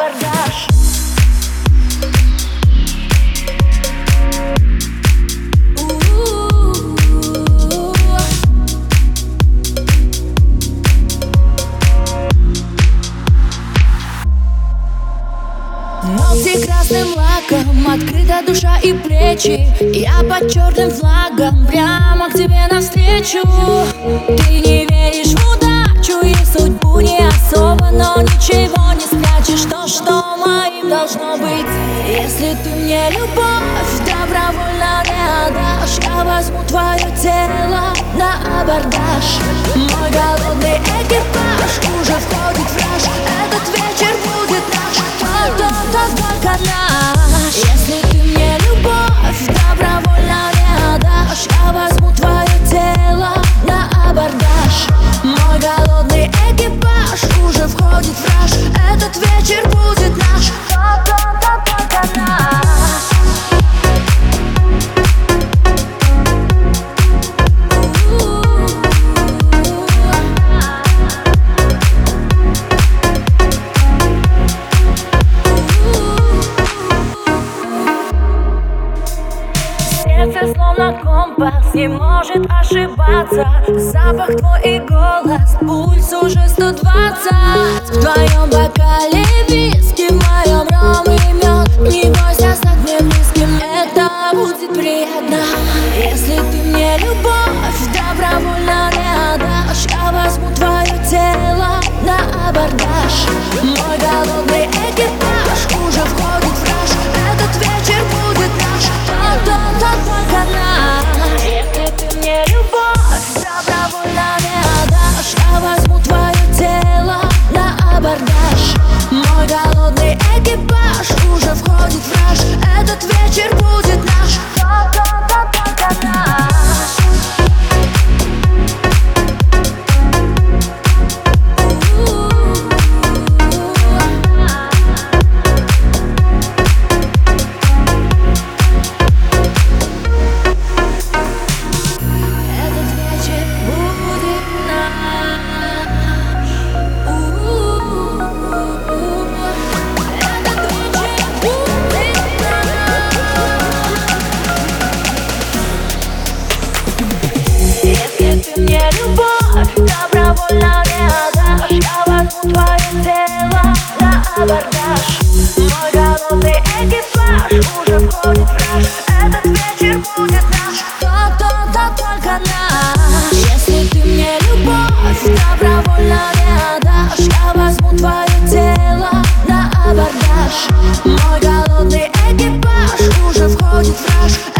абордаж. Ногти красным лаком, открыта душа и плечи. Я под черным флагом, прямо к тебе навстречу. Ты не веришь в удачу и судьбу не особо, но ничего не спрячешь. То, что моим должно быть. Если ты мне любовь добровольно не отдашь, я возьму твое тело на абордаж. Мой голодный экипаж уже входит в раж. Этот вечер будет наш, только наш. Если ты мне любовь добровольно не отдашь, я возьму твое тело на абордаж. Мой голодный экипаж уже входит в раж. Этот вечер будет наш, только наш. Сердце словно компас, не может ошибаться. Запах твой и голос, пульс уже 120. В твоем бокале виски, в моем ром и мед. Не бойся стать мне близким, это будет приятно. Если ты мне любовь добровольно не отдашь, я возьму твое тело на абордаж. Мой голодный экипаж уже входит в раж. Этот вечер будет наш, только наш. Если ты мне любовь Добровольно не отдашь, я возьму твое тело на абордаж. Мой голодный экипаж уже входит в раж. Этот вечер будет наш, только наш. мне любовь добровольно не отдашь, я возьму твое тело на абордаж. Мой голодный экипаж уже входит в раж. Этот вечер будет наш, только наш. Если ты мне любовь добровольно не отдашь, я возьму твое тело на абордаж. Мой голодный экипаж уже входит в раж.